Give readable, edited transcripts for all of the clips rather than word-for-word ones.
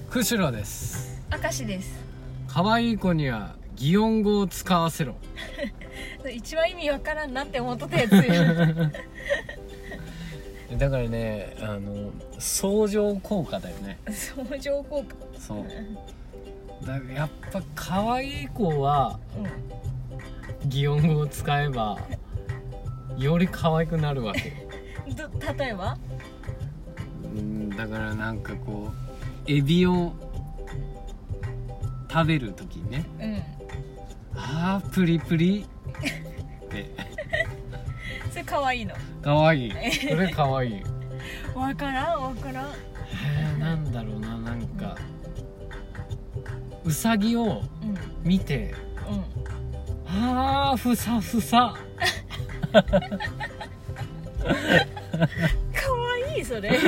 釧路です。 明石です。 可愛い子には擬音語を使わせろ。 一番意味わからんなって思っとったやつだからね、相乗効果だよね。 相乗効果。 そうだからやっぱ可愛い子は擬音語を使えばより可愛くなるわけ。 例えば？ だからなんかこうエビを食べるときにね、あープリプリってそれ可愛いの？ 可愛い。それ可愛い。 わからん。 なんだろうな、なんかウサギを見て、あーふさふさ可愛いそれ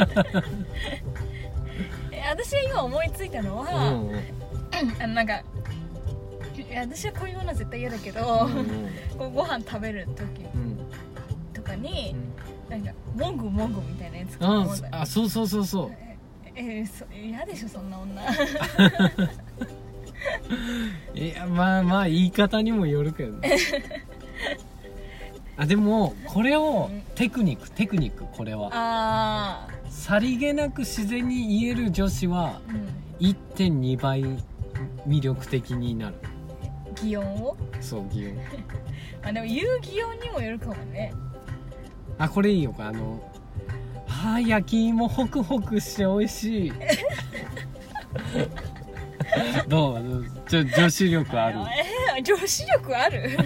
私が今思いついたのは、なんか私はこういうものは絶対嫌だけど、ご飯食べる時とかに、なんかもぐもぐみたいなやつかと思うんだ。 あ、そう嫌でしょそんな女いや、まあ言い方にもよるけどねでもこれをテクニックこれはさりげなく自然に言える女子は 1.2 倍魅力的になる。 擬音を？そう、 擬音でも言う擬音にもよるかもね。 これいいよ。焼き芋ホクホクして美味しいどう？女子力ある？ 女子力ある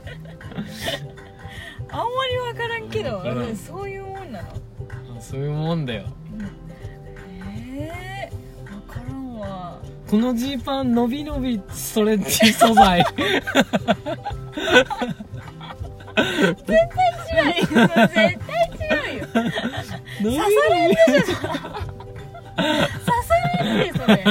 あんまり分からんけど、そういうもんなの？ そういうもんだよ。 分からんわ。 このジーパン伸び伸びストレッチ素材絶対違うよ刺されるでしょ刺されるでそれ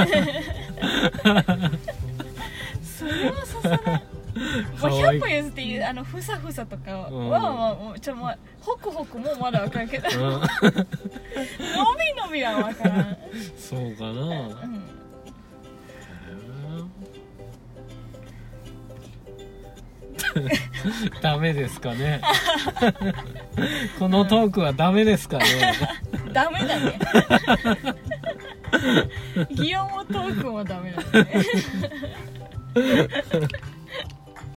それは刺される。100歩譲って言うふさふさとかは、ホクホクもまだ分かるけど伸び伸びは分からん。 そうかな。ダメですかねこのトークはダメですかねダメだね擬音もトークもダメだね